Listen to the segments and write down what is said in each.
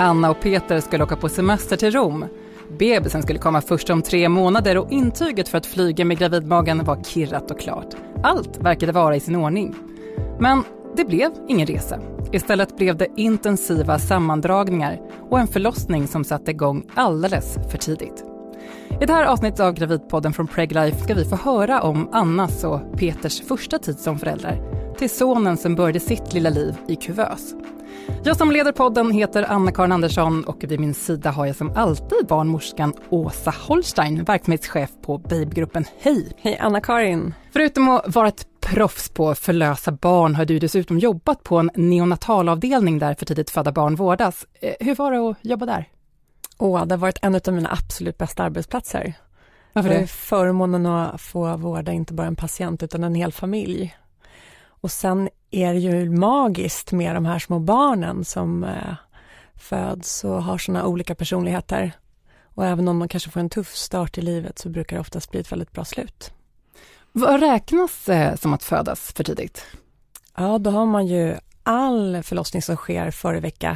Anna och Peter skulle åka på semester till Rom. Bebisen skulle komma först om 3 månader och intyget för att flyga med gravidmagen var kirrat och klart. Allt verkade vara i sin ordning. Men det blev ingen resa. Istället blev det intensiva sammandragningar och en förlossning som satte igång alldeles för tidigt. I det här avsnittet av Gravidpodden från Preglife ska vi få höra om Annas och Peters första tid som föräldrar till sonen som började sitt lilla liv i kuvös. Jag som leder podden heter Anna-Karin Andersson och vid min sida har jag som alltid barnmorskan Åsa Holstein, verksamhetschef på Babygruppen. Hej! Hej Anna-Karin! Förutom att vara ett proffs på att förlösa barn har du dessutom jobbat på en neonatalavdelning där för tidigt födda barn vårdas. Hur var det att jobba där? Det har varit en av mina absolut bästa arbetsplatser. Varför det? Jag är förmånen att få vårda inte bara en patient utan en hel familj. Och sen är det ju magiskt med de här små barnen som föds och har såna olika personligheter. Och även om man kanske får en tuff start i livet så brukar det oftast bli ett väldigt bra slut. Vad räknas som att födas för tidigt? Ja, då har man ju all förlossning som sker före vecka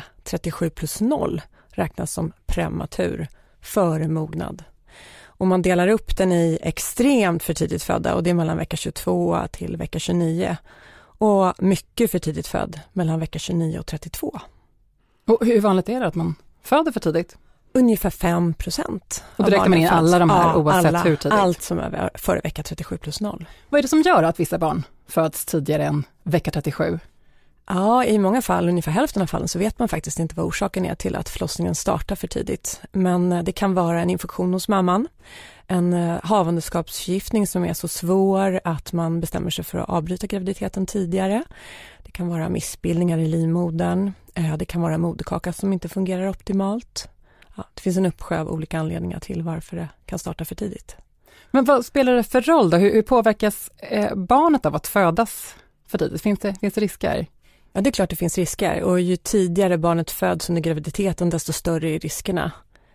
37+0 räknas som prematur, före mognad. Och man delar upp den i extremt för tidigt födda och det är mellan vecka 22 till vecka 29. Och mycket för tidigt född mellan vecka 29 och 32. Och hur vanligt är det att man föder för tidigt? Ungefär 5%. Och då räknar man in alla de här oavsett hur tidigt? Allt som är före vecka 37+0. Vad är det som gör att vissa barn föds tidigare än vecka 37? Ja, i många fall, ungefär hälften av fallen så vet man faktiskt inte vad orsaken är till att förlossningen startar för tidigt. Men det kan vara en infektion hos mamman, en havandeskapsförgiftning som är så svår att man bestämmer sig för att avbryta graviditeten tidigare. Det kan vara missbildningar i livmodern, det kan vara moderkaka som inte fungerar optimalt. Ja, det finns en uppsjö av olika anledningar till varför det kan starta för tidigt. Men vad spelar det för roll då? Hur påverkas barnet av att födas för tidigt? Finns det risker? Ja, det är klart det finns risker och ju tidigare barnet föds under graviditeten desto större är riskerna.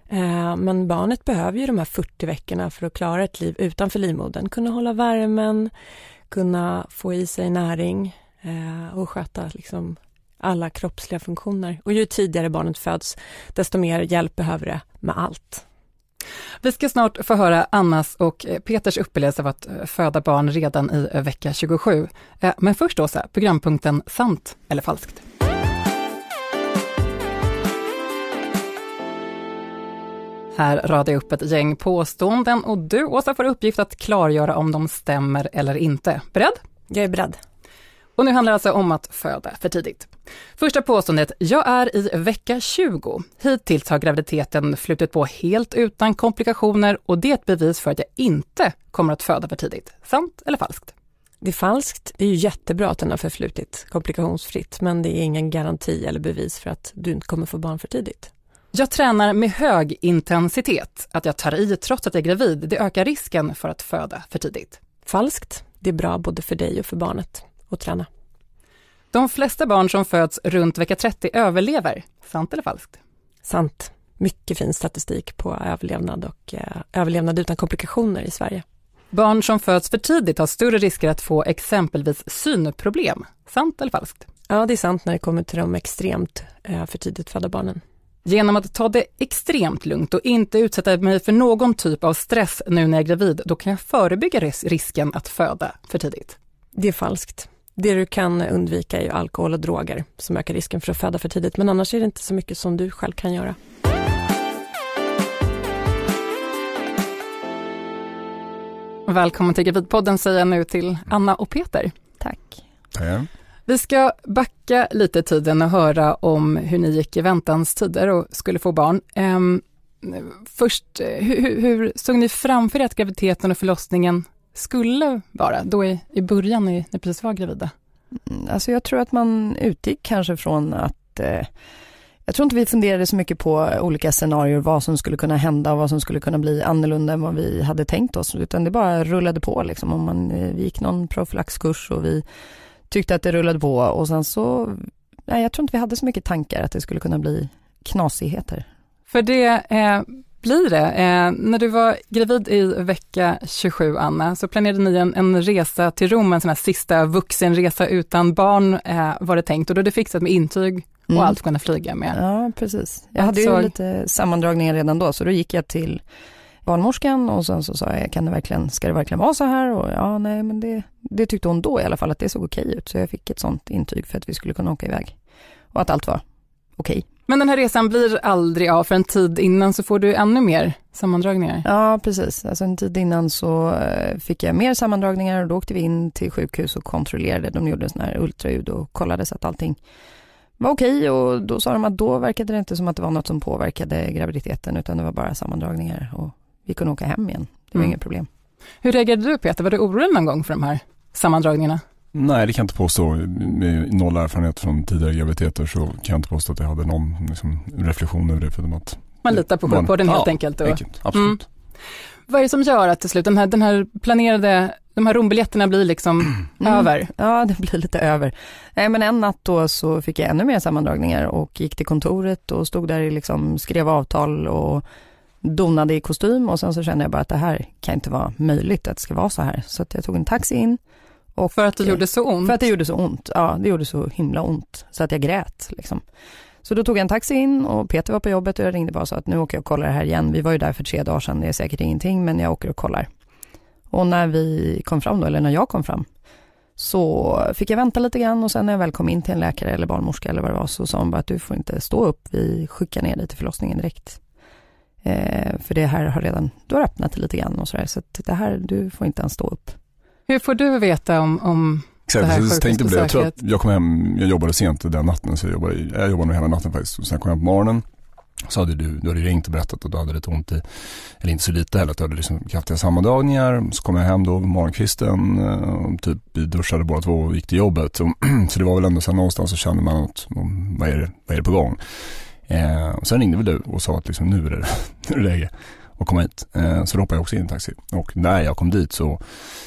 Men barnet behöver ju de här 40 veckorna för att klara ett liv utanför livmodern. Kunna hålla värmen, kunna få i sig näring och sköta liksom alla kroppsliga funktioner. Och ju tidigare barnet föds desto mer hjälp behöver det med allt. Vi ska snart få höra Annas och Peters upplevelse av att föda barn redan i vecka 27. Men först då programpunkten Sant eller falskt. Här radar jag upp ett gäng påståenden och du, Åsa, får uppgift att klargöra om de stämmer eller inte. Beredd? Jag är beredd. Och nu handlar det alltså om att föda för tidigt. Första påståendet, jag är i vecka 20. Hittills har graviditeten flutit på helt utan komplikationer och det är ett bevis för att jag inte kommer att föda för tidigt. Sant eller falskt? Det är falskt. Det är ju jättebra att den har förflutit komplikationsfritt, men det är ingen garanti eller bevis för att du inte kommer få barn för tidigt. Jag tränar med hög intensitet. Att jag tar i trots att jag är gravid, det ökar risken för att föda för tidigt. Falskt. Det är bra både för dig och för barnet att träna. De flesta barn som föds runt vecka 30 överlever. Sant eller falskt? Sant. Mycket fin statistik på överlevnad och överlevnad utan komplikationer i Sverige. Barn som föds för tidigt har större risker att få exempelvis synproblem. Sant eller falskt? Ja, det är sant när det kommer till de extremt för tidigt födda barnen. Genom att ta det extremt lugnt och inte utsätta mig för någon typ av stress nu när jag är gravid, då kan jag förebygga risken att föda för tidigt. Det är falskt. Det du kan undvika är ju alkohol och droger som ökar risken för att föda för tidigt. Men annars är det inte så mycket som du själv kan göra. Välkommen till Gravidpodden säger jag nu till Anna och Peter. Tack. Ja. Vi ska backa lite i tiden och höra om hur ni gick i väntans tider och skulle få barn. Först, hur såg ni framför er att graviditeten och förlossningen skulle vara då i början när ni precis var gravida? Alltså jag tror att man utgick kanske från att jag tror inte vi funderade så mycket på olika scenarier, vad som skulle kunna hända och vad som skulle kunna bli annorlunda än vad vi hade tänkt oss, utan det bara rullade på liksom. Om vi gick någon profylaxkurs och vi tyckte att det rullade på och sen så, nej, jag tror inte vi hade så mycket tankar att det skulle kunna bli knasigheter. För det blir det. När du var gravid i vecka 27, Anna, så planerade ni en resa till Rom, en sån här sista vuxenresa utan barn var det tänkt. Och då är det fixat med intyg och allt kunna flyga med. Ja, precis. Jag hade ju lite sammandragningar redan då, så då gick jag till barnmorskan och sen så sa jag, ska det verkligen vara så här? Och ja, nej, men det tyckte hon då i alla fall att det såg okej ut. Så jag fick ett sånt intyg för att vi skulle kunna åka iväg. Och att allt var okej. Men den här resan blir aldrig av, för en tid innan så får du ännu mer sammandragningar. Ja, precis. Alltså en tid innan så fick jag mer sammandragningar och då åkte vi in till sjukhus och kontrollerade. De gjorde en sån här ultraljud och kollade så att allting var okej. Och då sa de att då verkade det inte som att det var något som påverkade graviditeten, utan det var bara sammandragningar och vi kunde åka hem igen. Det var inget problem. Hur reagerade du, Peter? Var du orolig någon gång för de här sammandragningarna? Nej, det kan jag inte påstå. Med noll erfarenhet från tidigare graviditeter så kan jag inte påstå att jag hade någon reflektion över det. För att man litar på sjukvården helt enkelt. Enkelt, absolut. Vad är det som gör att till slut den här planerade, de här rombiljetterna blir liksom över? Ja, det blir lite över. Men en natt då så fick jag ännu mer sammandragningar och gick till kontoret och stod där och skrev avtal och donade i kostym, och sen så kände jag bara att det här kan inte vara möjligt att det ska vara så här. Så att jag tog en taxi in. Och för att det gjorde så ont? För att det gjorde så ont, ja, det gjorde så himla ont så att jag grät liksom. Så då tog jag en taxi in och Peter var på jobbet och jag ringde bara och sa att nu åker jag och kollar det här igen. Vi var ju där för 3 dagar sedan, det är säkert ingenting, men jag åker och kollar. Och när vi kom fram då, eller när jag kom fram, så fick jag vänta lite grann och sen när jag väl kom in till en läkare eller barnmorska eller vad det var, så sa hon bara att du får inte stå upp, vi skickar ner dig till förlossningen direkt. För det här har redan, du har öppnat lite grann och sådär, så att det här, du får inte ens stå upp. Hur får du veta om exakt, det här sjukhusbesöket? Jag tror att jag kom hem, jag jobbade sent den natten, så jag jobbade hela natten faktiskt. Och sen kom jag på morgonen, så hade du hade ringt och berättat att du hade lite ont i, eller inte så lite heller, att du hade liksom kraftiga sammandragningar. Så kom jag hem då morgonkvisten, typ vi duschade båda två och gick till jobbet. Så det var väl ändå så någonstans så kände man att vad är det på gång? Och sen ringde väl du och sa att liksom, nu är det läge att komma hit. Så då hoppade jag också in i en taxi. Och när jag kom dit så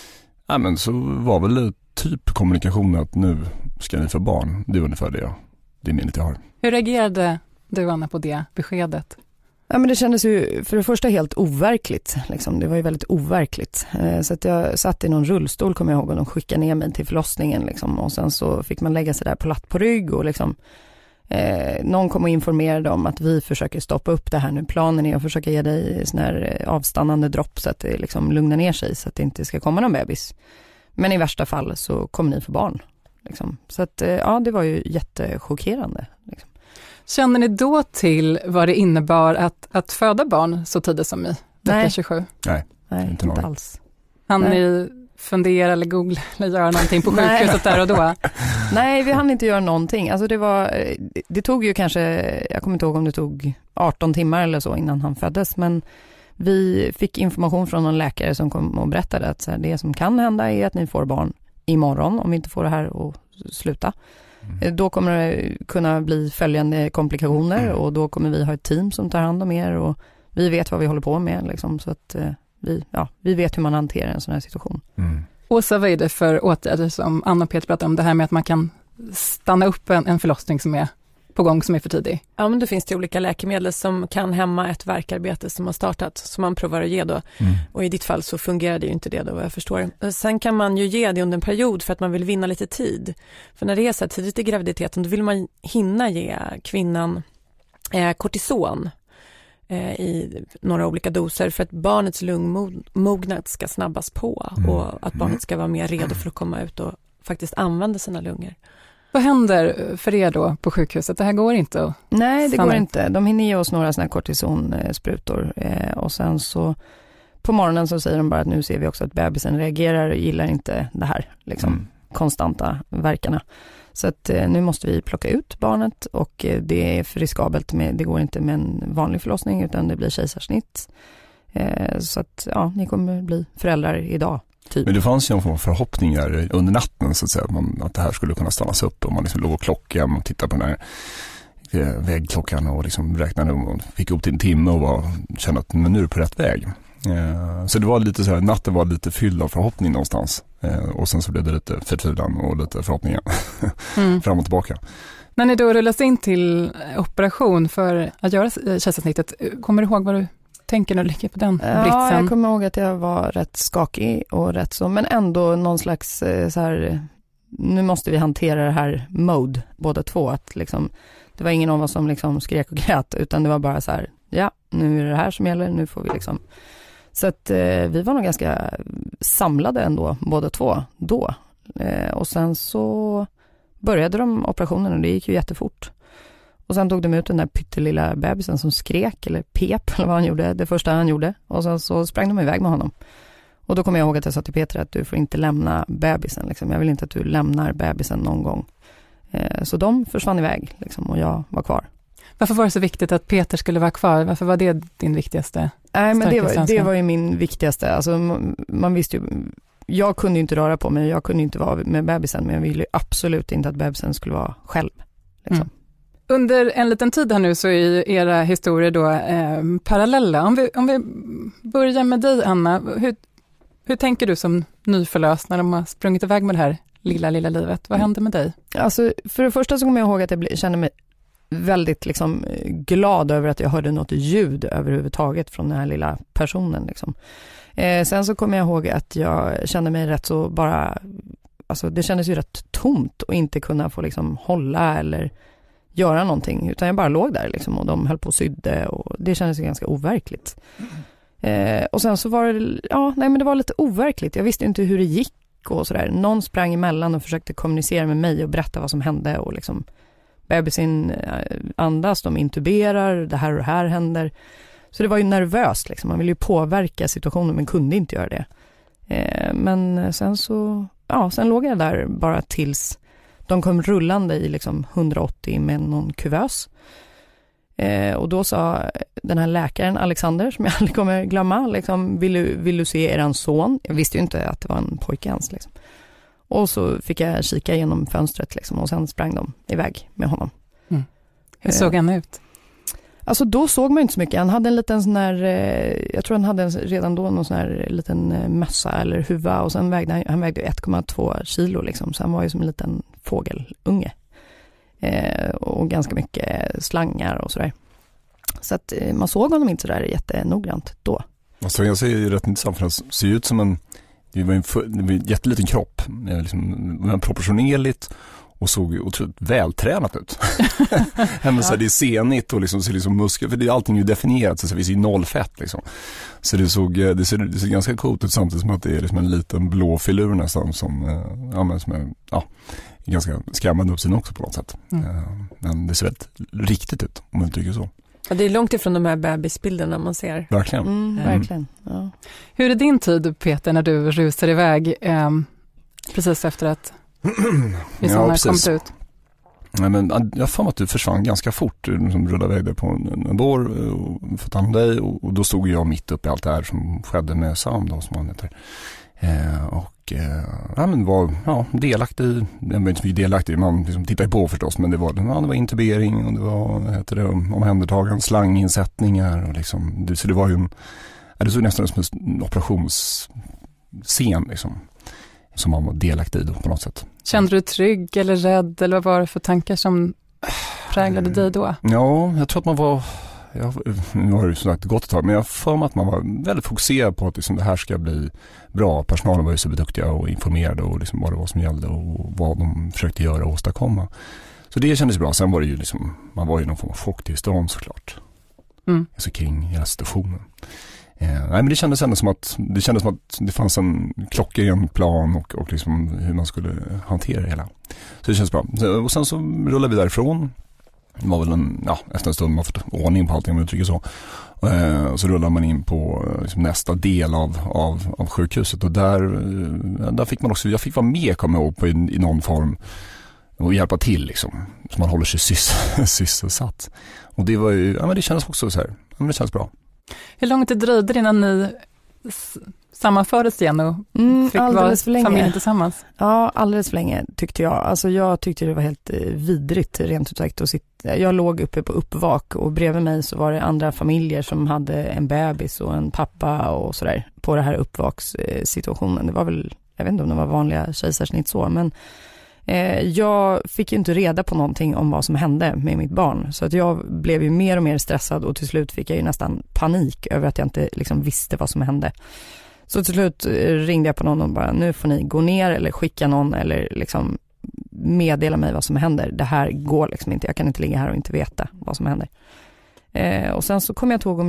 var väl typ kommunikation att nu ska ni få barn. Det är ungefär det minnet jag har. Hur reagerade du, Anna, på det beskedet? Ja, men det kändes ju för det första helt overkligt. Liksom. Det var ju väldigt overkligt. Så att jag satt i någon rullstol, kommer jag ihåg, och de skickade ner mig till förlossningen. Liksom. Och sen så fick man lägga sig där platt på rygg och liksom, någon kom och informerade om att vi försöker stoppa upp det här nu. Planen är att försöka ge dig sån här avstannande dropp så att det liksom lugnar ner sig, så att det inte ska komma någon bebis. Men i värsta fall så kommer ni få barn. Liksom. Så att ja, det var ju jättechockerande. Liksom. Känner ni då till vad det innebar att föda barn så tidigt som i vecka 27? Nej, inte alls. Hann ni fundera eller googla eller göra någonting på sjukhuset där och då? Nej, vi hann inte göra någonting. Alltså det tog ju kanske, jag kommer inte ihåg om det tog 18 timmar eller så innan han föddes, men vi fick information från någon läkare som kom och berättade att så här, det som kan hända är att ni får barn imorgon om vi inte får det här att sluta. Då kommer det kunna bli följande komplikationer och då kommer vi ha ett team som tar hand om er och vi vet vad vi håller på med. Liksom, så att vi vet hur man hanterar en sån här situation. Åsa, vad är det för åtgärder som Anna och Peter pratar om? Det här med att man kan stanna upp en förlossning som är på gång, som är för tidig. Ja, men det finns det olika läkemedel som kan hämma ett värkarbete som har startat, som man provar att ge då. Och i ditt fall så fungerar det ju inte det då, vad jag förstår. Sen kan man ju ge det under en period för att man vill vinna lite tid. För när det är så här tidigt i graviditeten, då vill man hinna ge kvinnan kortison i några olika doser för att barnets lungmognad ska snabbas på och att barnet ska vara mer redo för att komma ut och faktiskt använda sina lungor. Vad händer för er då på sjukhuset? Det här går inte att Nej, det stanna. går inte. De hinner ge oss några såna här kortisonsprutor och sen så på morgonen så säger de bara att nu ser vi också att bebisen reagerar och gillar inte det här liksom, konstanta verkarna. Så att nu måste vi plocka ut barnet och det är för riskabelt det går inte med en vanlig förlossning utan det blir kejsarsnitt. Så att ja, ni kommer bli föräldrar idag. Typ. Men det fanns ju någon form av förhoppningar under natten så att säga, att det här skulle kunna stannas upp och man liksom låg och klockan och tittade på den här vägklockan och liksom räknade och fick upp till en timme och kände att men nu är det på rätt väg. Så det var lite så här, natten var lite fylld av förhoppning någonstans och sen så blev det lite förtvivlan och lite förhoppningar fram och tillbaka. När ni då rullas in till operation för att göra kejsarsnittet, kommer du ihåg vad du tänker när du ligger på den britsen? Ja, jag kommer ihåg att jag var rätt skakig och rätt så, men ändå någon slags så här nu måste vi hantera det här mode, båda två. Att liksom, det var ingen av oss som liksom skrek och grät, utan det var bara så här, ja, nu är det här som gäller, nu får vi liksom. Så att vi var nog ganska samlade ändå, båda två då. Och sen så började de operationen och det gick ju jättefort. Och sen tog de ut den där pyttelilla bebisen som skrek eller pep eller vad han gjorde, det första han gjorde. Och sen så sprang de iväg med honom. Och då kommer jag ihåg att jag sa till Peter att du får inte lämna bebisen. Liksom. Jag vill inte att du lämnar bebisen någon gång. Så de försvann iväg liksom, och jag var kvar. Varför var det så viktigt att Peter skulle vara kvar? Varför var det din viktigaste? Nej, men det var ju min viktigaste. Alltså, man visste ju, jag kunde ju inte röra på mig, jag kunde inte vara med bebisen, men jag ville absolut inte att bebisen skulle vara själv. Liksom. Mm. Under en liten tid här nu så är era historier då parallella. Om vi börjar med dig, Anna, hur tänker du som nyförlöst när de har sprungit iväg med det här lilla livet? Vad hände med dig? Alltså, för det första så kommer jag ihåg att jag kände mig väldigt liksom glad över att jag hörde något ljud överhuvudtaget från den här lilla personen. Liksom. Sen så kommer jag ihåg att jag kände mig rätt så bara, alltså det kändes ju rätt tomt och inte kunna få liksom hålla eller göra någonting, utan jag bara låg där liksom, och de höll på och sydde och det kändes ju ganska overkligt. Och sen så var det, men det var lite overkligt. Jag visste inte hur det gick och sådär. Någon sprang emellan och försökte kommunicera med mig och berätta vad som hände och liksom bebisen andas, de intuberar, det här och det här händer. Så det var ju nervöst liksom. Man ville ju påverka situationen men kunde inte göra det. Men sen så, sen låg jag där bara tills de kom rullande i liksom 180 med någon kuvös. Och då sa den här läkaren Alexander, som jag aldrig kommer glömma, liksom, vill du se eran son? Jag visste ju inte att det var en pojke ens. Liksom. Och så fick jag kika genom fönstret liksom, och sen sprang de iväg med honom. Mm. Hur såg han ut? Alltså då såg man inte så mycket. Han hade en liten sån här, jag tror han hade redan då någon sån här liten mössa eller huva, och sen vägde han vägde 1,2 kilo liksom, så han var ju som en liten fågelunge. Och ganska mycket slangar och sådär. Så att man såg honom inte sådär jättenoggrant då. Alltså jag ser ju rätt intressant, för att se ut som det var en jätteliten kropp, liksom, proportionerligt, och såg otroligt vältränat ut. Så det är senigt och liksom, ser liksom muskler, för det är allting ju definierat, så vi ser noll fett liksom. Så det ser ganska coolt ut, samtidigt som att det är liksom en liten blå filur nästan som är ganska skrämmande uppsyn också på något sätt. Men det ser väldigt riktigt ut, om man tycker så. Ja, det är långt ifrån de här bebisbilderna man ser. Verkligen. Verkligen. Ja. Hur är din tid, Peter, när du rusar iväg precis efter att har kommit ut? Nej, men jag får att du försvann ganska fort, som rullade iväg där på en bår för att ta hand om dig, och då stod jag mitt uppe i allt det här som skedde med Sam då, som han heter. Var delaktig. Jag var inte så mycket delaktig, man liksom tittade på förstås, men det var intubering och det var omhändertagande, slanginsättningar och liksom, så det var ju det såg nästan som en operationsscen liksom, som man var delaktig i då, på något sätt. Kände du trygg eller rädd, eller vad var det för tankar som präglade dig då? Ja, jag tror att man var, nu har det ju sagt gått ett tag, men jag för mig att man var väldigt fokuserad på att liksom det här ska bli bra. Personalen var ju så beduktiga och informerade och liksom vad det var som gällde och vad de försökte göra och åstadkomma. Så det kändes bra. Sen var det ju liksom, man var ju någon form av chocktillstånd såklart. Alltså kring hela situationen. Nej, men det kändes ändå som att det fanns en klockren plan och liksom hur man skulle hantera det hela. Så det känns bra. Och sen så rullade vi därifrån. Det var väl efter en stund man fått ordning på allting, om jag uttrycker så. Så rullar man in på liksom nästa del av sjukhuset, och där fick man också, jag fick vara med, komma ihåg, på i någon form och hjälpa till liksom, så man håller sig sysselsatt. Och det var ju, men det kändes också så här, men det känns bra. Hur långt det dröjde innan ni sammanfördes igen och fick vara familjen tillsammans? Ja, alldeles för länge tyckte jag. Alltså jag tyckte det var helt vidrigt, rent ut sagt, att sitta. Jag låg uppe på uppvak och bredvid mig så var det andra familjer som hade en bebis och en pappa och sådär på det här uppvakssituationen. Det var väl, jag vet inte om det var vanliga kejsarsnitt så, men jag fick ju inte reda på någonting om vad som hände med mitt barn, så att jag blev ju mer och mer stressad, och till slut fick jag ju nästan panik över att jag inte liksom visste vad som hände. Så till slut ringde jag på någon och bara, nu får ni gå ner eller skicka någon eller liksom meddela mig vad som händer. Det här går liksom inte. Jag kan inte ligga här och inte veta vad som händer. Och sen så kom jag ihåg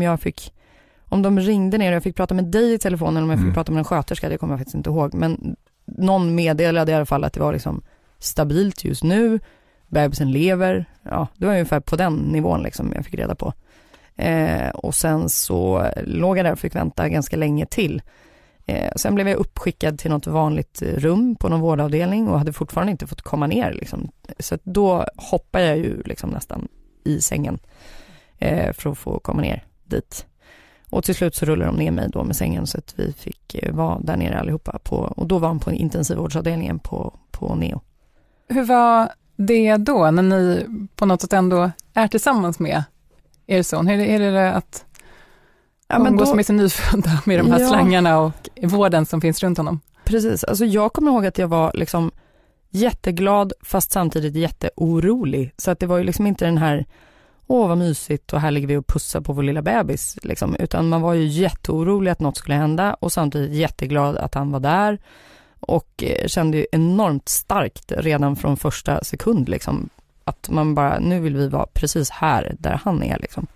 om de ringde ner och jag fick prata med dig i telefonen, eller om jag fick prata med en sköterska, det kommer jag faktiskt inte ihåg. Men någon meddelade i alla fall att det var liksom stabilt just nu. Bebisen lever. Ja, det var ungefär på den nivån liksom jag fick reda på. Och sen så låg jag där och fick vänta ganska länge till. Sen blev jag uppskickad till något vanligt rum på någon vårdavdelning och hade fortfarande inte fått komma ner liksom. Så då hoppade jag ju liksom nästan i sängen för att få komma ner dit. Och till slut så rullade de ner mig då med sängen så att vi fick vara där nere allihopa och då var han på intensivvårdsavdelningen på Neo. Hur var det då när ni på något sätt ändå är tillsammans med er son? Hur är det att umgås med sin nyfödda med de här slangarna och vården som finns runt honom? Precis, alltså jag kommer ihåg att jag var liksom jätteglad fast samtidigt jätteorolig. Så att det var ju liksom inte den här vad mysigt och här ligger vi och pussar på vår lilla bebis liksom. Utan man var ju jätteorolig att något skulle hända och samtidigt jätteglad att han var där. Och kände ju enormt starkt redan från första sekund liksom, att man bara, nu vill vi vara precis här där han är liksom.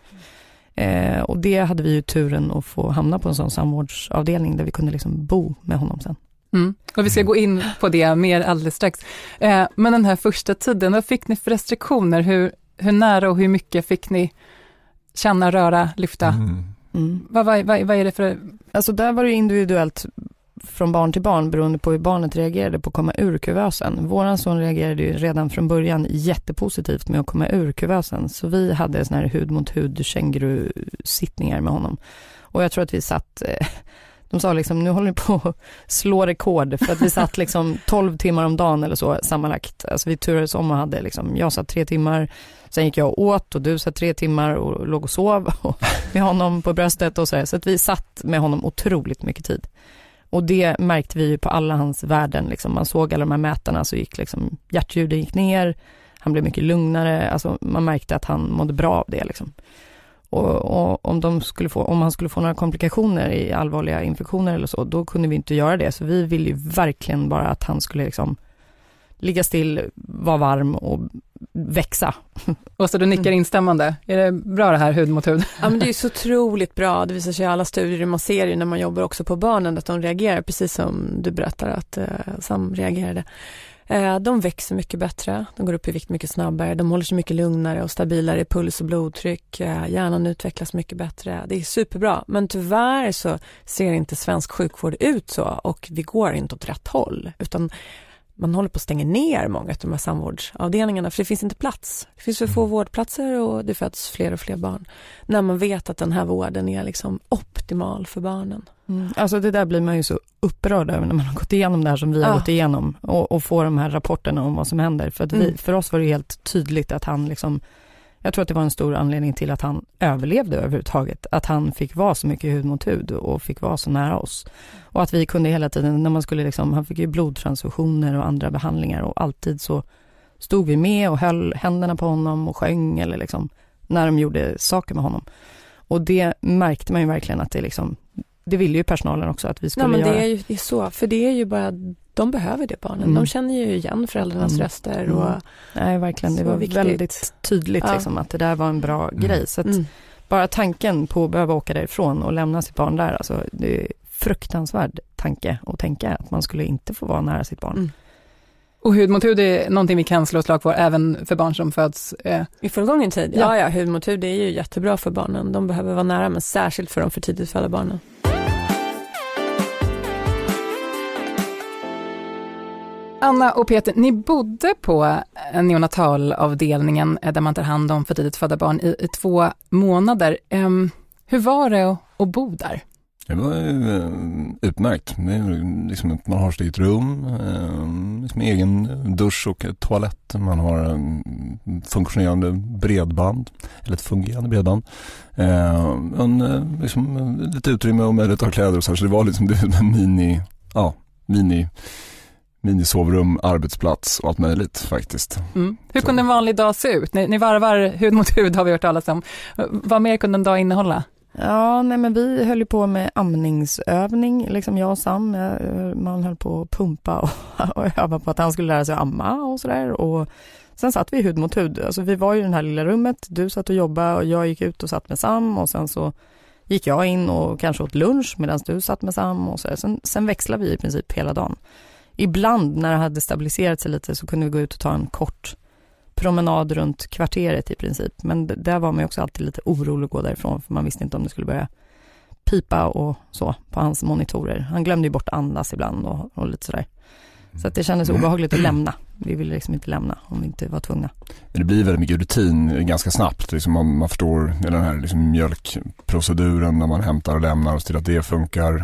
Och det hade vi ju turen att få hamna på en sån samvårdsavdelning där vi kunde liksom bo med honom sen. Och vi ska gå in på det mer alldeles strax. Men den här första tiden, vad fick ni för restriktioner? Hur nära och hur mycket fick ni känna, röra, lyfta? Vad är det för... Alltså där var det individuellt från barn till barn beroende på hur barnet reagerade på att komma ur kuvösen. Våran son reagerade ju redan från början jättepositivt med att komma ur kuvösen. Så vi hade såna här hud mot hud känguru-sittningar med honom. Och jag tror att vi satt... De sa liksom, nu håller ni på att slå rekord för att vi satt liksom 12 timmar om dagen eller så sammanlagt. Alltså vi turades om och hade liksom, jag satt 3 timmar, sen gick jag åt och du satt 3 timmar och låg och sov med honom på bröstet och så. Så att vi satt med honom otroligt mycket tid. Och det märkte vi ju på alla hans värden. Liksom. Man såg alla de här mätarna så gick liksom, hjärtljuden gick ner, han blev mycket lugnare. Alltså man märkte att han mådde bra av det liksom. Och om han skulle få några komplikationer i allvarliga infektioner eller så, då kunde vi inte göra det. Så vi ville ju verkligen bara att han skulle liksom ligga still, vara varm och växa. Och så du nickar instämmande. Är det bra det här hud mot hud? Ja, men det är ju så otroligt bra. Det visar sig i alla studier man ser ju när man jobbar också på barnen att de reagerar precis som du berättar att Sam reagerade. De växer mycket bättre, de går upp i vikt mycket snabbare, de håller sig mycket lugnare och stabilare i puls och blodtryck, hjärnan utvecklas mycket bättre. Det är superbra, men tyvärr så ser inte svensk sjukvård ut så och vi går inte åt rätt håll, utan man håller på att stänga ner många av de här samvårdsavdelningarna för det finns inte plats. Det finns för få vårdplatser och det föds fler och fler barn. När man vet att den här vården är liksom optimal för barnen. Alltså det där blir man ju så upprörd över när man har gått igenom det här som vi har gått igenom och får de här rapporterna om vad som händer. För att för oss var det helt tydligt att han liksom, jag tror att det var en stor anledning till att han överlevde överhuvudtaget. Att han fick vara så mycket hud mot hud och fick vara så nära oss. Och att vi kunde hela tiden, när man skulle liksom, han fick ju blodtransfusioner och andra behandlingar och alltid så stod vi med och höll händerna på honom och sjöng eller liksom när de gjorde saker med honom. Och det märkte man ju verkligen att det liksom, det ville ju personalen också att vi skulle göra. Det är så, för det är ju bara, de behöver det barnen. De känner ju igen föräldrarnas röster. Och nej, verkligen. Det var väldigt tydligt liksom, att det där var en bra grej. Så att bara tanken på att behöva åka därifrån och lämna sitt barn där, alltså, det är fruktansvärd tanke att tänka att man skulle inte få vara nära sitt barn. Och hud mot hud är någonting vi kan slå slag på även för barn som föds i fullgången tid. Ja, hud mot hud är ju jättebra för barnen. De behöver vara nära, men särskilt för de för tidigt födda barnen. Anna och Peter, ni bodde på neonatalavdelningen där man tar hand om för tidigt födda barn i 2 månader. Hur var det att bo där? Det var utmärkt. Liksom, man har sitt eget rum, liksom egen dusch och toalett. Man har en funktionerande bredband, eller ett fungerande bredband. Liksom, lite utrymme och möjlighet att ha kläder och så här. Så det var liksom en minisovrum, arbetsplats och allt möjligt faktiskt. Hur kunde en vanlig dag se ut? Ni varvar hud mot hud har vi hört talas om. Vad mer kunde en dag innehålla? Ja, nej men vi höll ju på med amningsövning, liksom jag och Sam. Man höll på att pumpa och öva på att han skulle lära sig amma och sådär. Och sen satt vi hud mot hud. Alltså vi var ju i det här lilla rummet. Du satt och jobbade och jag gick ut och satt med Sam. Och sen så gick jag in och kanske åt lunch medan du satt med Sam. Och så. Sen växlade vi i princip hela dagen. Ibland när det hade stabiliserat sig lite så kunde vi gå ut och ta en kort promenad runt kvarteret i princip. Men där var man ju också alltid lite orolig att gå därifrån. För man visste inte om det skulle börja pipa och så på hans monitorer. Han glömde ju bort andas ibland och lite sådär. Så att det kändes obehagligt att lämna. Vi ville liksom inte lämna om vi inte var tvungna. Det blir väldigt mycket rutin ganska snabbt. Liksom man förstår den här liksom mjölkproceduren när man hämtar och lämnar och till att det funkar.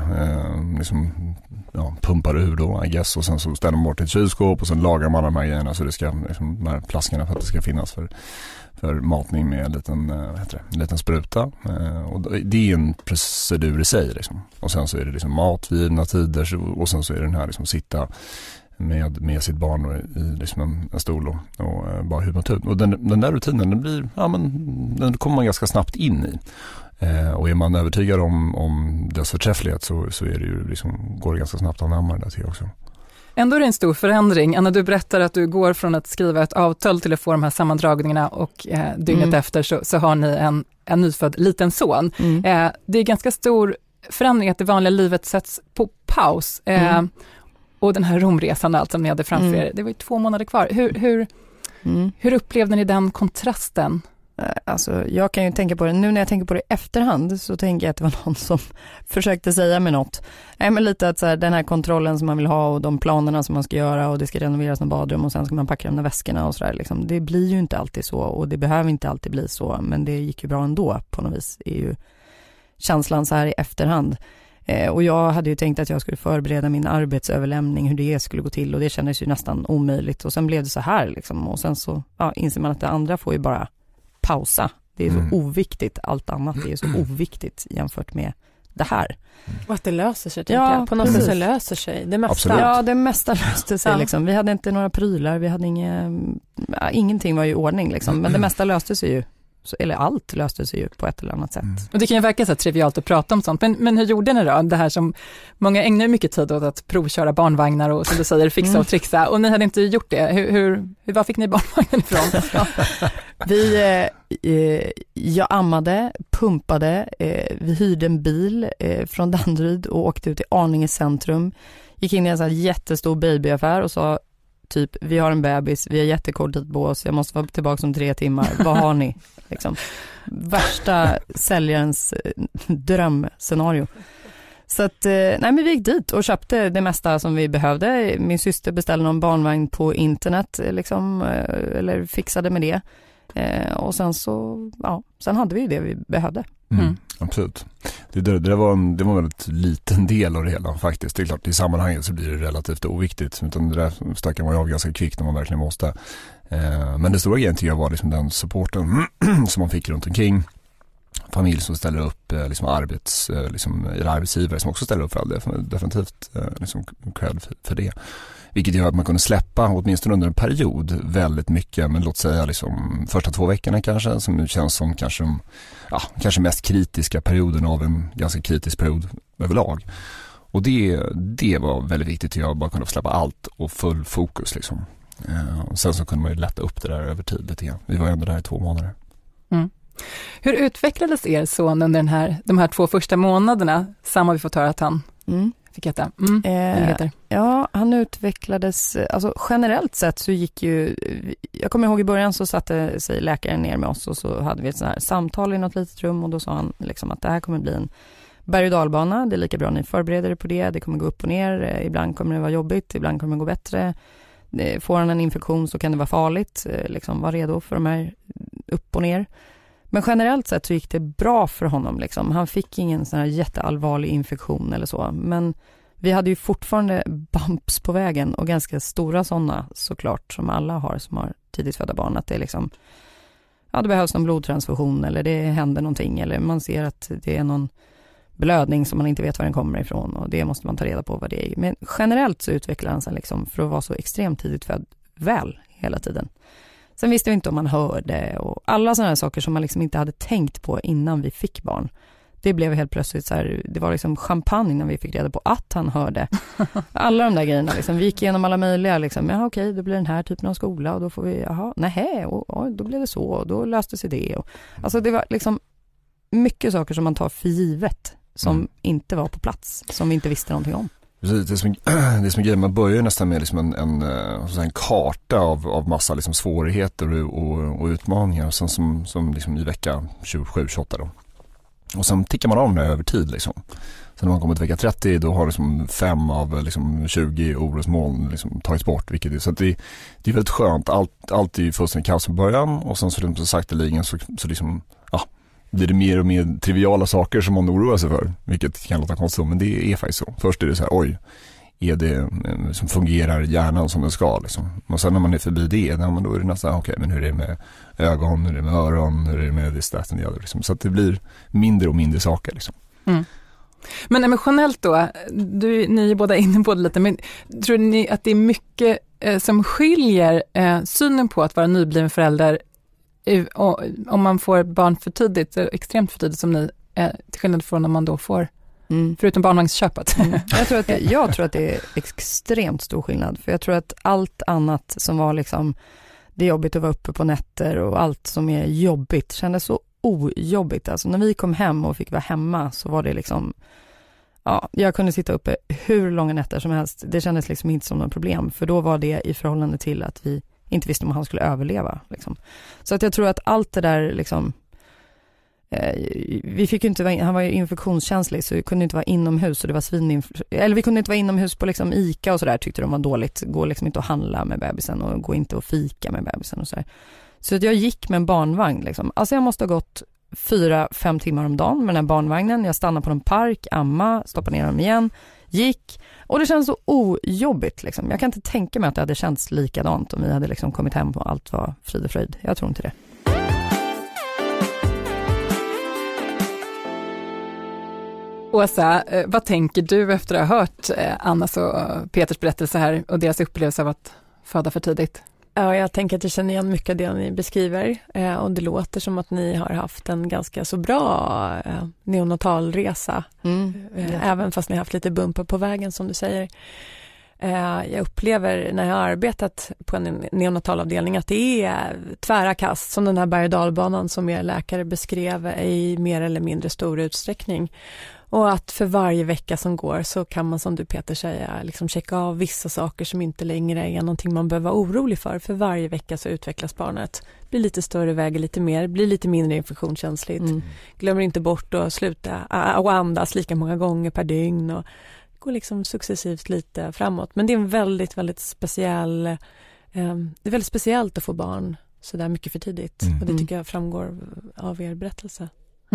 Pumpar ur då, I guess. Och sen så ställer man bort ett kylskåp och sen lagar man de här grejerna så det ska, liksom, de här flaskorna för att det ska finnas för matning med en liten spruta. Och det är en procedur i sig liksom. Och sen så är det liksom mat vid givna tider och sen så är det den här liksom sitta med sitt barn i liksom en stol och bara hud mot hud. Och den där rutinen den kommer man ganska snabbt in i. Och är man övertygad om dess förträfflighet så är det ju liksom, går det ganska snabbt att anamma det där till också. Ändå är det en stor förändring. Anna, du berättar att du går från att skriva ett avtal till att få de här sammandragningarna och dygnet efter så har ni en nyfödd liten son. Det är ganska stor förändring att det vanliga livet sätts på paus. Och den här Romresan och allt som ni hade framför er, det var ju 2 månader kvar. Hur upplevde ni den kontrasten? Alltså, jag kan ju tänka på det, nu när jag tänker på det i efterhand så tänker jag att det var någon som försökte säga med något. Men lite att så här, den här kontrollen som man vill ha och de planerna som man ska göra och det ska renoveras någon badrum och sen ska man packa de där väskorna och sådär. Liksom. Det blir ju inte alltid så och det behöver inte alltid bli så, men det gick ju bra ändå på något vis, är ju känslan så här i efterhand. Och jag hade ju tänkt att jag skulle förbereda min arbetsöverlämning, hur det skulle gå till och det kändes ju nästan omöjligt och sen blev det så här liksom. Och sen så inser man att det andra får ju bara pausa. Det är så oviktigt. Allt annat är så oviktigt jämfört med det här. Och att det löser sig, tänker jag. På något sätt så löser sig det mesta. Absolut. Ja, det mesta löste sig liksom. Vi hade inte några prylar, vi hade ingenting var i ordning liksom. Men det mesta löste sig ju. Eller allt löste sig ju på ett eller annat sätt. Och det kan ju verka så trivialt att prata om sånt. Men hur gjorde ni då? Det här som många ägnar mycket tid åt att provköra barnvagnar och som du säger fixa och trixa. Och ni hade inte gjort det. Var fick ni barnvagnen ifrån? Jag ammade, pumpade, vi hyrde en bil från Danderyd och åkte ut i Arninge centrum. Gick in i en sån här jättestor babyaffär och sa typ, vi har en bebis, vi har jättekort tid på oss, jag måste vara tillbaka om 3 timmar. Vad har ni? Liksom. Värsta säljarens drömscenario. Så att, men vi gick dit och köpte det mesta som vi behövde. Min syster beställde någon barnvagn på internet liksom, eller fixade med det. Och sen så, sen hade vi det vi behövde. Absolut. Det var en väldigt liten del av det hela faktiskt. Det är klart, i sammanhanget så blir det relativt oviktigt. Utan det där stackar man ju av ganska kvickt när man verkligen måste. Men det stora grejen tycker jag var liksom den supporten som man fick runt omkring. Familj som ställer upp, liksom arbetsgivare som också ställer upp för all det. Definitivt liksom cred för det. Vilket gör att man kunde släppa, åtminstone under en period, väldigt mycket. Men låt säga liksom första 2 veckorna kanske, som känns som kanske mest kritiska perioden av en ganska kritisk period överlag. Och det var väldigt viktigt att jag bara kunde släppa allt och full fokus liksom. Och sen så kunde man ju lätta upp det där över tid lite grann. Vi var ändå där i 2 månader. Hur utvecklades er son under de här 2 första månaderna? Sam har vi fått höra att han fick heta. Ja, han utvecklades, alltså generellt sett så gick ju, jag kommer ihåg i början så satte sig läkaren ner med oss och så hade vi ett sånt här samtal i något litet rum och då sa han liksom att det här kommer bli en berg- och dalbana, det är lika bra ni förbereder er på det kommer gå upp och ner, ibland kommer det vara jobbigt, ibland kommer det gå bättre. Får han en infektion så kan det vara farligt, liksom var redo för de här upp och ner. Men generellt sett så gick det bra för honom. Liksom. Han fick ingen sån här jätteallvarlig infektion eller så. Men vi hade ju fortfarande bumps på vägen och ganska stora sådana såklart som alla har som har tidigt födda barn. Att det liksom, det behövs någon blodtransfusion eller det händer någonting. Eller man ser att det är någon blödning som man inte vet var den kommer ifrån och det måste man ta reda på vad det är. Men generellt så utvecklar han sig liksom för att vara så extremt tidigt född väl hela tiden. Sen visste vi inte om man hörde och alla sådana här saker som man liksom inte hade tänkt på innan vi fick barn. Det blev helt plötsligt så här, det var liksom champagne när vi fick reda på att han hörde. Alla de där grejerna liksom, vi gick igenom alla möjliga liksom, ja okej, då blir den här typen av skola och då får vi, och då blev det så och då löste sig det. Och, alltså det var liksom mycket saker som man tar för givet som inte var på plats, som vi inte visste någonting om. Precis, det är som en grej, man börjar nästan med liksom en karta av massa liksom svårigheter och utmaningar och sen som liksom i vecka 27-28 då. Och sen tickar man av det över tid liksom. Sen när man kommer till vecka 30 då har liksom 5 av liksom 20 orosmoln liksom tagits bort, vilket är, så att det är väldigt skönt. Allt är ju fullständigt kaos i början och sen så sakteligen så liksom blir det mer och mer triviala saker som man oroar sig för, vilket kan låta konstigt, men det är faktiskt så. Först är det så här, är det som fungerar hjärnan som den ska liksom. Och sen när man är förbi det, då är det nästan okej, men hur är det med ögon, hur är det med öron, hur är det med det liksom. Så att det blir mindre och mindre saker liksom. Men emotionellt då, ni är båda inne på det lite, men tror ni att det är mycket som skiljer synen på att vara nybliven förälder om man får barn för tidigt, extremt för tidigt som ni, till skillnad från om man då får, förutom barnvagnsköpet? Jag tror att det är extremt stor skillnad, för jag tror att allt annat som var liksom, det är jobbigt att vara uppe på nätter och allt som är jobbigt kändes så ojobbigt. Alltså när vi kom hem och fick vara hemma så var det liksom, jag kunde sitta uppe hur långa nätter som helst. Det kändes liksom inte som något problem, för då var det i förhållande till att vi inte visste om han skulle överleva liksom. Så att jag tror att allt det där liksom, vi fick ju inte han var ju infektionskänslig, så vi kunde inte vara inomhus och det var eller vi kunde inte vara inomhus på liksom ICA och sådär, tyckte de var dåligt. Gå liksom inte att handla med bebisen och gå inte att fika med bebisen och sådär. Så att jag gick med en barnvagn liksom. Alltså jag måste ha gått 4-5 timmar om dagen med den här barnvagnen. Jag stannade på en park, amma, stoppade ner dem igen, gick. Och det känns så ojobbigt liksom. Jag kan inte tänka mig att det hade känts likadant om vi hade liksom kommit hem och allt var frid och fröjd. Jag tror inte det. Åsa, vad tänker du efter att ha hört Annas och Peters berättelse här och deras upplevelse av att föda för tidigt? Ja, jag tänker att jag känner igen mycket av det ni beskriver och det låter som att ni har haft en ganska så bra neonatalresa, även fast ni har haft lite bumpar på vägen som du säger. Jag upplever när jag har arbetat på en neonatalavdelning att det är tvära kast, som den här berg- och dalbanan som er läkare beskrev i mer eller mindre stor utsträckning. Och att för varje vecka som går så kan man, som du Peter säger, liksom checka av vissa saker som inte längre är någonting man behöver vara orolig för. För varje vecka så utvecklas barnet, blir lite större, väger lite mer, blir lite mindre infektionskänsligt. Glömmer inte bort att sluta och andas lika många gånger per dygn och går liksom successivt lite framåt. Men det är en väldigt, väldigt speciell, det är väldigt speciellt att få barn så där mycket för tidigt. Och det tycker jag framgår av er berättelse.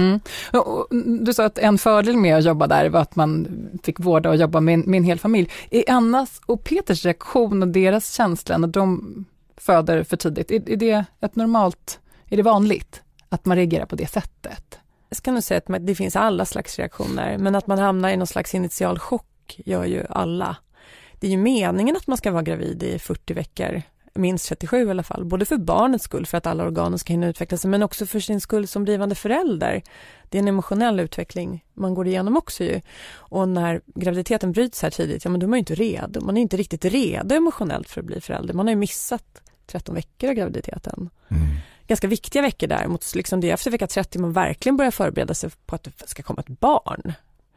Du sa att en fördel med att jobba där var att man fick vårda och jobba med en hel familj. Är Annas och Peters reaktion och deras känsla när de föder för tidigt, är det ett normalt, är det vanligt att man reagerar på det sättet? Jag ska nog säga att det finns alla slags reaktioner, men att man hamnar i någon slags initial chock gör ju alla. Det är ju meningen att man ska vara gravid i 40 veckor, minst 37 i alla fall, både för barnets skull, för att alla organ ska hinna utveckla sig, men också för sin skull som blivande förälder. Det är en emotionell utveckling man går igenom också ju. Och när graviditeten bryts här tidigt, men då är man ju inte redo. Man är inte riktigt redo emotionellt för att bli förälder. Man har ju missat 13 veckor av graviditeten. Ganska viktiga veckor där, mot liksom det efter vecka 30 man verkligen börjar förbereda sig på att det ska komma ett barn.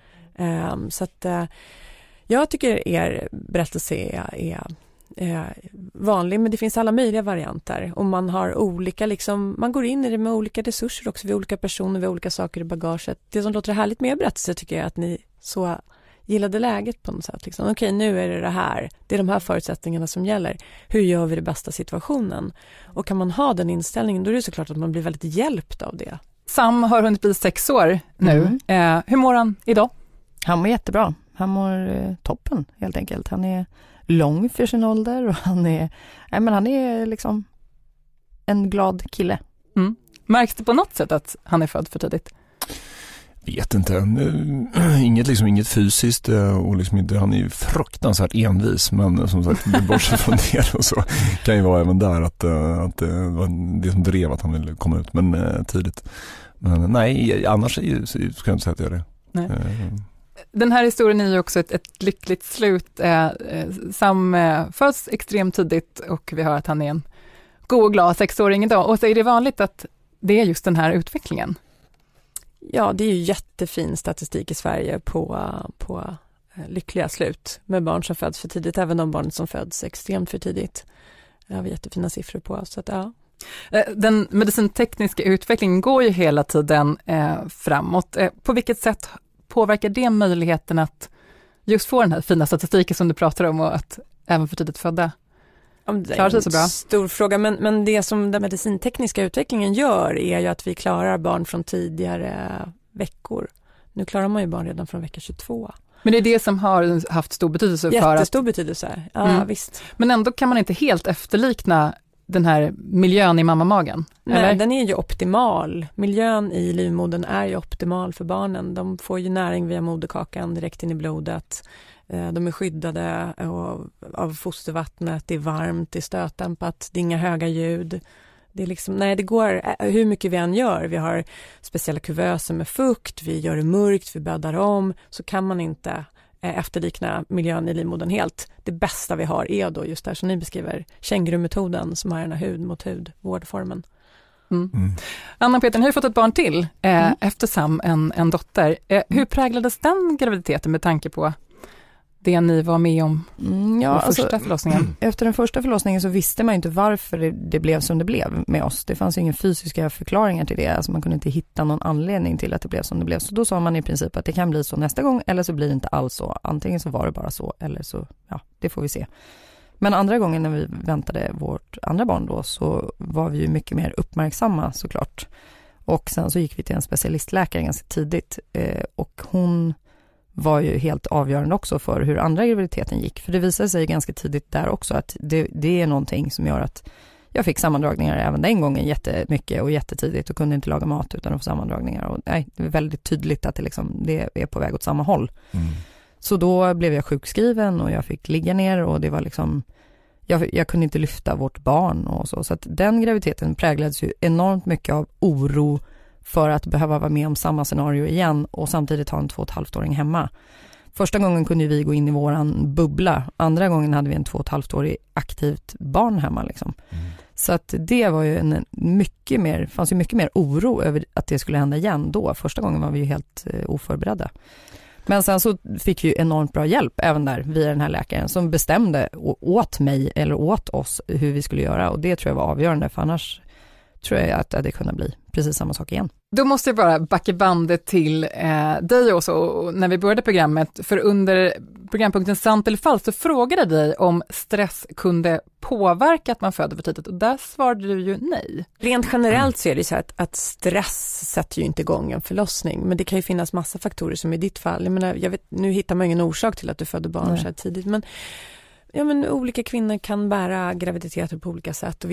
Så att jag tycker er berättelse är vanlig, men det finns alla möjliga varianter och man har olika liksom, man går in i det med olika resurser också, vid olika personer, vid olika saker i bagaget. Det som låter härligt med berättelse tycker jag att ni så gillade läget på något sätt liksom. Okej, nu är det här, det är de här förutsättningarna som gäller. Hur gör vi det bästa situationen? Och kan man ha den inställningen, då är det såklart att man blir väldigt hjälpt av det. Sam har hunnit bli 6 år nu. Hur mår han idag? Han mår jättebra. Han mår toppen helt enkelt. Han är lång för sin ålder och han är liksom en glad kille. Märks det på något sätt att han är född för tidigt? Vet inte. Inget fysiskt och liksom inte, han är ju fruktansvärt envis, men som sagt, bortsett från det och så kan ju vara även där att det var det som drev att han ville komma ut, men tidigt. Men nej, annars ska jag inte säga att jag gör det. Nej. Den här historien är ju också ett lyckligt slut. Sam föds extremt tidigt och vi hör att han är en god och glad 6-åring idag. Och så är det vanligt att det är just den här utvecklingen. Ja, det är ju jättefin statistik i Sverige på lyckliga slut med barn som föds för tidigt, även de barn som föds extremt för tidigt. Det har vi jättefina siffror på. Så att, ja. Den medicintekniska utvecklingen går ju hela tiden framåt. På vilket sätt påverkar det möjligheten att just få den här fina statistiken som du pratar om och att även för tidigt födda klarar sig så bra? Stor fråga, men det som den medicintekniska utvecklingen gör är ju att vi klarar barn från tidigare veckor. Nu klarar man ju barn redan från vecka 22. Men det är det som har haft stor betydelse för att... Jättestor betydelse, ja visst. Men ändå kan man inte helt efterlikna den här miljön i mammamagen? Nej, eller? Den är ju optimal. Miljön i livmodern är ju optimal för barnen. De får ju näring via moderkakan direkt in i blodet. De är skyddade av fostervattnet. Det är varmt, det är stötdämpat, det är inga höga ljud. Det är liksom, nej, det går hur mycket vi än gör. Vi har speciella kuvöser med fukt, vi gör det mörkt, vi bäddar om. Så kan man inte efterlikna miljön i livmodern helt. Det bästa vi har är då just det som ni beskriver, kängurumetoden som har den här hud mot hud vårdformen. Anna och Peter, ni har ju fått ett barn till efter Sam, en dotter. Hur präglades den graviditeten med tanke på det ni var med om första förlossningen? Efter den första förlossningen så visste man inte varför det blev som det blev med oss. Det fanns ingen fysiska förklaringar till det. Alltså man kunde inte hitta någon anledning till att det blev som det blev. Så då sa man i princip att det kan bli så nästa gång eller så blir det inte alls så. Antingen så var det bara så eller så, ja, det får vi se. Men andra gången när vi väntade vårt andra barn då så var vi ju mycket mer uppmärksamma såklart. Och sen så gick vi till en specialistläkare ganska tidigt och hon var ju helt avgörande också för hur andra graviditeten gick. För det visade sig ganska tidigt där också att det är någonting som gör att jag fick sammandragningar även den gången jättemycket och jättetidigt och kunde inte laga mat utan att få sammandragningar. Och nej, det är väldigt tydligt att det är på väg åt samma håll. Så då blev jag sjukskriven och jag fick ligga ner och det var liksom jag kunde inte lyfta vårt barn och så. Så att den graviditeten präglades ju enormt mycket av oro för att behöva vara med om samma scenario igen och samtidigt ha en 2,5-åring hemma. Första gången kunde vi gå in i våran bubbla. Andra gången hade vi en 2,5-årig aktivt barn hemma liksom. Så att det var ju fanns ju mycket mer oro över att det skulle hända igen då. Första gången var vi ju helt oförberedda. Men sen så fick vi enormt bra hjälp även där via den här läkaren som bestämde åt mig eller åt oss hur vi skulle göra och det tror jag var avgörande för annars tror jag att det kunde bli precis samma sak igen. Då måste jag bara backa bandet till dig också och när vi började programmet, för under programpunkten Sant eller falskt så frågade jag dig om stress kunde påverka att man föder för tidigt och där svarade du ju nej. Rent generellt så är det så att stress sätter ju inte igång en förlossning men det kan ju finnas massa faktorer som i ditt fall. Jag menar, nu hittar man ingen orsak till att du födde barn så här tidigt men olika kvinnor kan bära graviditeter på olika sätt och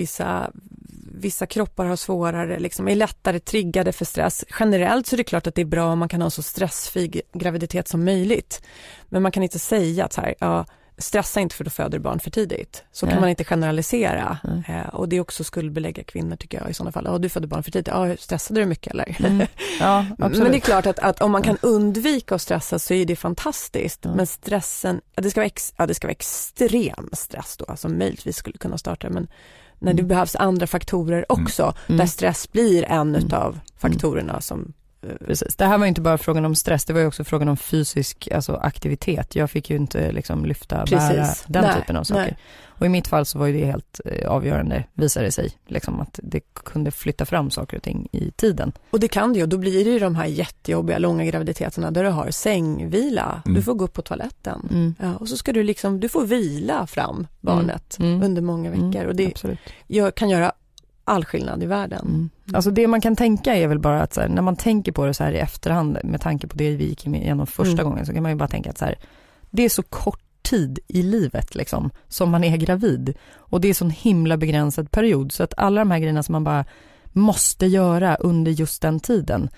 vissa kroppar har svårare, liksom, är lättare triggade för stress. Generellt så är det klart att det är bra om man kan ha så stressfri graviditet som möjligt. Men man kan inte säga att så här, stressa inte för då föder barn för tidigt. Så kan man inte generalisera. Och det också skuldbelägga kvinnor tycker jag i sådana fall. Du födde barn för tidigt. Stressade du mycket eller? Ja, absolut. Men det är klart att om man kan undvika att stressa så är det fantastiskt. Men stressen, det ska vara extrem stress då. Som möjligtvis skulle kunna starta. Men när det behövs andra faktorer också. Där stress blir en utav faktorerna som... Precis. Det här var inte bara frågan om stress, det var ju också frågan om fysisk aktivitet. Jag fick ju inte lyfta bära den typen av saker. Nej. Och i mitt fall så var ju det helt avgörande, visade det sig. Liksom att det kunde flytta fram saker och ting i tiden. Och det kan det ju, och då blir det ju de här jättejobbiga långa graviditeterna där du har sängvila. Du får gå upp på toaletten. Ja, och så ska du får vila fram barnet under många veckor. Och det kan göra all skillnad i världen. Alltså det man kan tänka är väl bara att så här, när man tänker på det så här i efterhand med tanke på det vi gick igenom första gången så kan man ju bara tänka att så här, det är så kort tid i livet liksom som man är gravid och det är sån himla begränsad period så att alla de här grejerna som man bara måste göra under just den tiden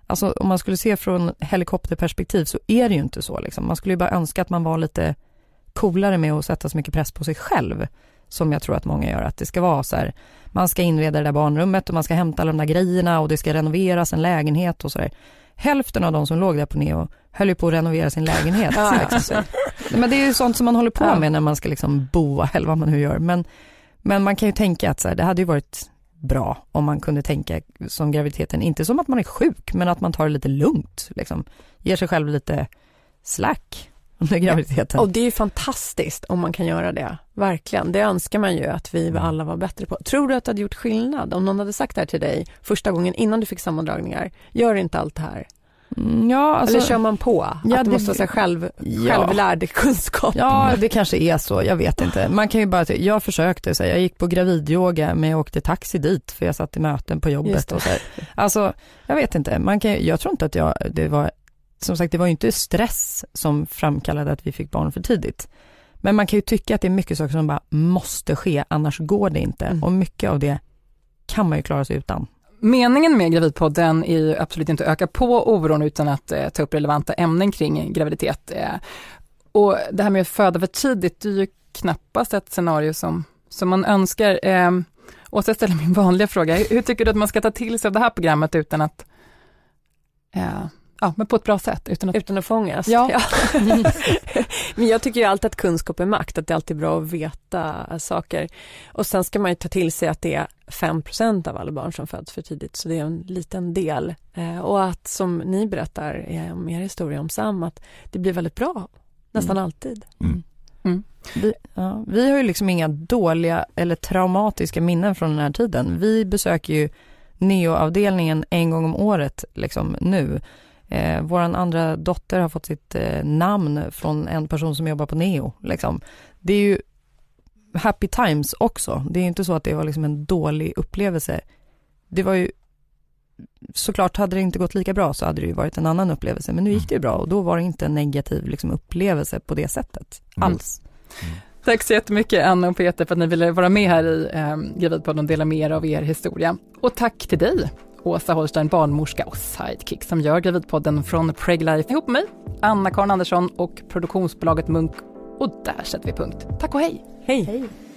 Alltså om man skulle se från helikopterperspektiv så är det ju inte så. Liksom. Man skulle ju bara önska att man var lite coolare med att sätta så mycket press på sig själv. Som jag tror att många gör. Att det ska vara så här, man ska inreda det där barnrummet och man ska hämta alla de där grejerna och det ska renoveras en lägenhet och så där. Hälften av de som låg där på Neo höll ju på att renovera sin lägenhet. Men det är ju sånt som man håller på med när man ska liksom boa eller vad man nu gör. Men man kan ju tänka att så här, det hade ju varit bra om man kunde tänka som graviditeten, inte som att man är sjuk, men att man tar det lite lugnt. Liksom. Ger sig själv lite slack under graviditeten. Och det är ju fantastiskt om man kan göra det. Verkligen. Det önskar man ju att vi alla var bättre på. Tror du att det hade gjort skillnad om någon hade sagt det här till dig första gången innan du fick sammandragningar? Gör inte allt det här. Ja, alltså, eller kör man på? Att det måste vara självlärd kunskap. Ja, det kanske är så. Jag vet inte. Man kan ju bara... Jag försökte. Så jag gick på gravidyoga men jag åkte taxi dit för jag satt i möten på jobbet. Och så här. Alltså, jag vet inte. Jag tror inte att det var... Som sagt, det var ju inte stress som framkallade att vi fick barn för tidigt. Men man kan ju tycka att det är mycket saker som bara måste ske, annars går det inte. Och mycket av det kan man ju klara sig utan. Meningen med Gravidpodden är ju absolut inte att öka på oron utan att ta upp relevanta ämnen kring graviditet. Och det här med att föda för tidigt är ju knappast ett scenario som man önskar. Och så ställer min vanliga fråga, hur tycker du att man ska ta till sig av det här programmet utan att... Ja, men på ett bra sätt. Utan att fångas. Ja. Men jag tycker ju alltid att kunskap är makt. Att det är alltid bra att veta saker. Och sen ska man ju ta till sig att det är 5% av alla barn som föds för tidigt. Så det är en liten del. Och att som ni berättar om er historia om Sam, att det blir väldigt bra. Nästan alltid. Vi har ju liksom inga dåliga eller traumatiska minnen från den här tiden. Vi besöker ju Neo-avdelningen en gång om året liksom nu. Våran andra dotter har fått sitt namn från en person som jobbar på Neo. Liksom. Det är ju happy times också. Det är inte så att det var liksom en dålig upplevelse. Det var ju såklart, hade det inte gått lika bra så hade det ju varit en annan upplevelse. Men nu gick det ju bra och då var det inte en negativ liksom, upplevelse på det sättet alls. Tack så jättemycket Anna och Peter för att ni ville vara med här i Gravidpodden och dela med er av er historia. Och tack till dig, Åsa Holstein, barnmorska och sidekick som gör Gravidpodden från Preglife ihop med mig, Anna-Karin Andersson och produktionsbolaget Munk. Och där sätter vi punkt. Tack och hej! Hej!